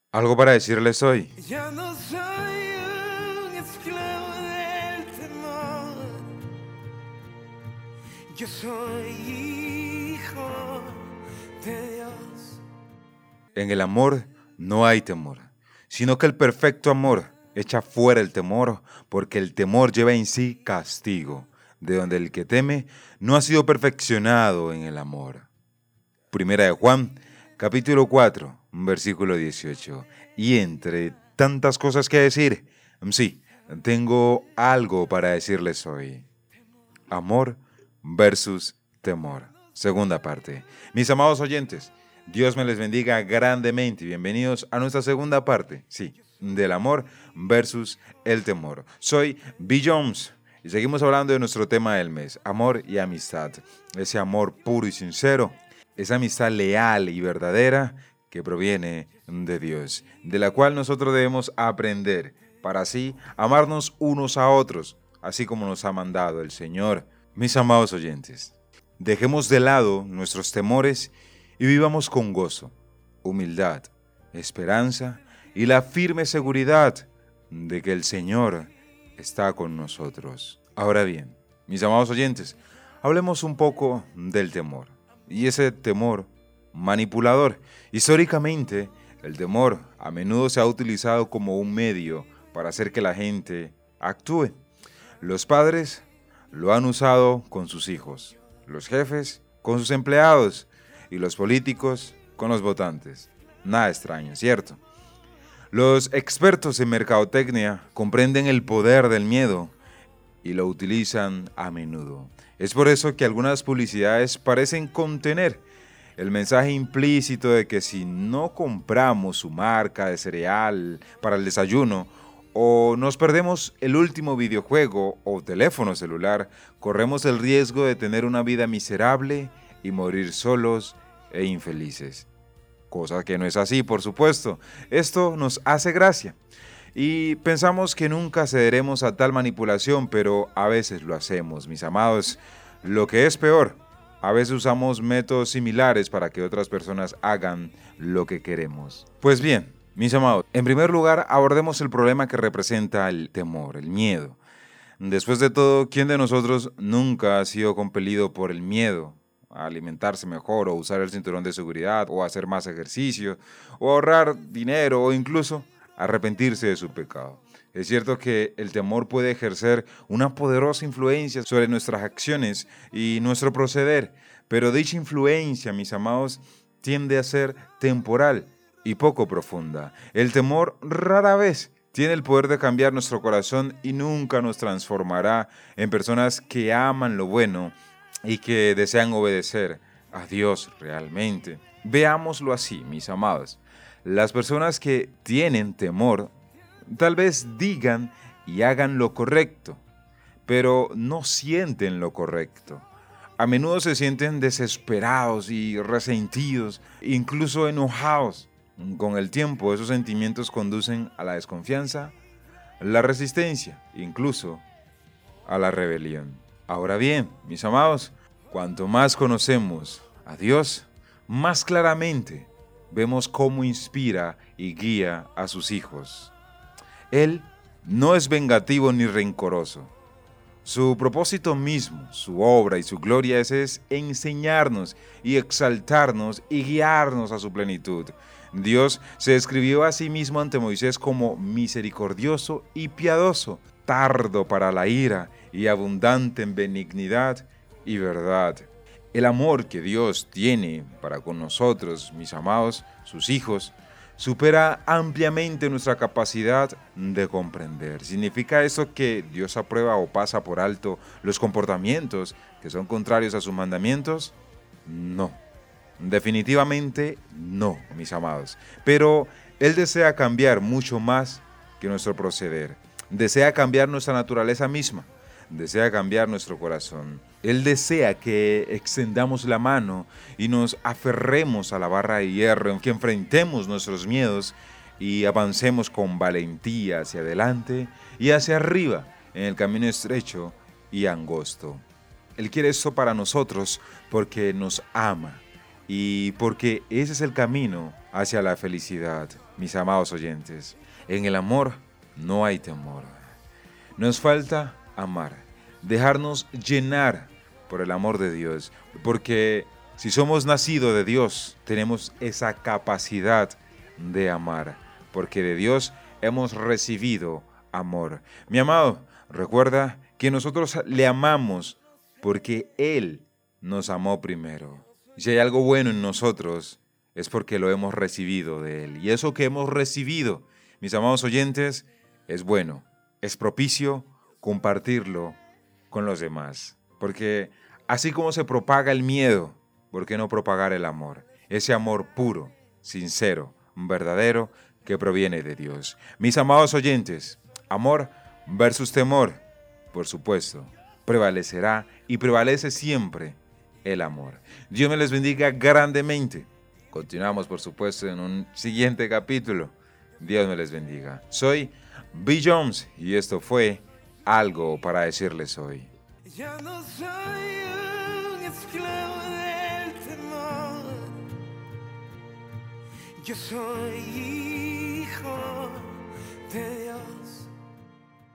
Algo para decirles hoy. Ya no soy un esclavo del temor. Yo soy hijo de Dios. En el amor no hay temor, sino que el perfecto amor echa fuera el temor, porque el temor lleva en sí castigo, de donde el que teme no ha sido perfeccionado en el amor. Primera de Juan, capítulo 4, versículo 18. Y entre tantas cosas que decir, sí, tengo algo para decirles hoy. Amor versus temor. Segunda parte. Mis amados oyentes, Dios me les bendiga grandemente y bienvenidos a nuestra segunda parte, sí, del amor versus el temor. Soy B. Jones y seguimos hablando de nuestro tema del mes, amor y amistad. Ese amor puro y sincero, esa amistad leal y verdadera que proviene de Dios, de la cual nosotros debemos aprender para así amarnos unos a otros, así como nos ha mandado el Señor. Mis amados oyentes, dejemos de lado nuestros temores y vivamos con gozo, humildad, esperanza y la firme seguridad de que el Señor está con nosotros. Ahora bien, mis amados oyentes, hablemos un poco del temor. Y ese temor manipulador. Históricamente, el temor a menudo se ha utilizado como un medio para hacer que la gente actúe. Los padres lo han usado con sus hijos, los jefes con sus empleados y los políticos con los votantes. Nada extraño, ¿cierto? Los expertos en mercadotecnia comprenden el poder del miedo y lo utilizan a menudo. Es por eso que algunas publicidades parecen contener el mensaje implícito de que si no compramos su marca de cereal para el desayuno o nos perdemos el último videojuego o teléfono celular, corremos el riesgo de tener una vida miserable y morir solos e infelices. Cosa que no es así, por supuesto. Esto nos hace gracia. Y pensamos que nunca cederemos a tal manipulación, pero a veces lo hacemos, mis amados. Lo que es peor, a veces usamos métodos similares para que otras personas hagan lo que queremos. Pues bien, mis amados, en primer lugar abordemos el problema que representa el temor, el miedo. Después de todo, ¿quién de nosotros nunca ha sido compelido por el miedo a alimentarse mejor o usar el cinturón de seguridad o hacer más ejercicio o ahorrar dinero o incluso arrepentirse de su pecado? Es cierto que el temor puede ejercer una poderosa influencia sobre nuestras acciones y nuestro proceder, pero dicha influencia, mis amados, tiende a ser temporal y poco profunda. El temor rara vez tiene el poder de cambiar nuestro corazón y nunca nos transformará en personas que aman lo bueno y que desean obedecer a Dios realmente. Veámoslo así, mis amados. Las personas que tienen temor tal vez digan y hagan lo correcto, pero no sienten lo correcto. A menudo se sienten desesperados y resentidos, incluso enojados. Con el tiempo, esos sentimientos conducen a la desconfianza, la resistencia, incluso a la rebelión. Ahora bien, mis amados, cuanto más conocemos a Dios, más claramente vemos cómo inspira y guía a sus hijos. Él no es vengativo ni rencoroso. Su propósito mismo, su obra y su gloria es enseñarnos y exaltarnos y guiarnos a su plenitud. Dios se describió a sí mismo ante Moisés como misericordioso y piadoso, tardo para la ira y abundante en benignidad y verdad. El amor que Dios tiene para con nosotros, mis amados, sus hijos, supera ampliamente nuestra capacidad de comprender. ¿Significa eso que Dios aprueba o pasa por alto los comportamientos que son contrarios a sus mandamientos? No, definitivamente no, mis amados. Pero Él desea cambiar mucho más que nuestro proceder. Desea cambiar nuestra naturaleza misma. Desea cambiar nuestro corazón. Él desea que extendamos la mano y nos aferremos a la barra de hierro, que enfrentemos nuestros miedos y avancemos con valentía hacia adelante y hacia arriba en el camino estrecho y angosto. Él quiere esto para nosotros porque nos ama y porque ese es el camino hacia la felicidad. mis amados oyentes. En el amor no hay temor. Nos falta amar, dejarnos llenar por el amor de Dios, porque si somos nacidos de Dios, tenemos esa capacidad de amar, porque de Dios hemos recibido amor. Mi amado, recuerda que nosotros le amamos porque Él nos amó primero. Si hay algo bueno en nosotros, es porque lo hemos recibido de Él. Y eso que hemos recibido, mis amados oyentes, es bueno, es propicio compartirlo con los demás. Porque así como se propaga el miedo, ¿por qué no propagar el amor? Ese amor puro, sincero, verdadero, que proviene de Dios. Mis amados oyentes, amor versus temor, por supuesto, prevalecerá y prevalece siempre el amor. Dios me les bendiga grandemente. Continuamos, por supuesto, en un siguiente capítulo. Dios me les bendiga. Soy B. Jones y esto fue Algo para decirles hoy. Ya no soy un esclavo del temor. Yo soy hijo de Dios.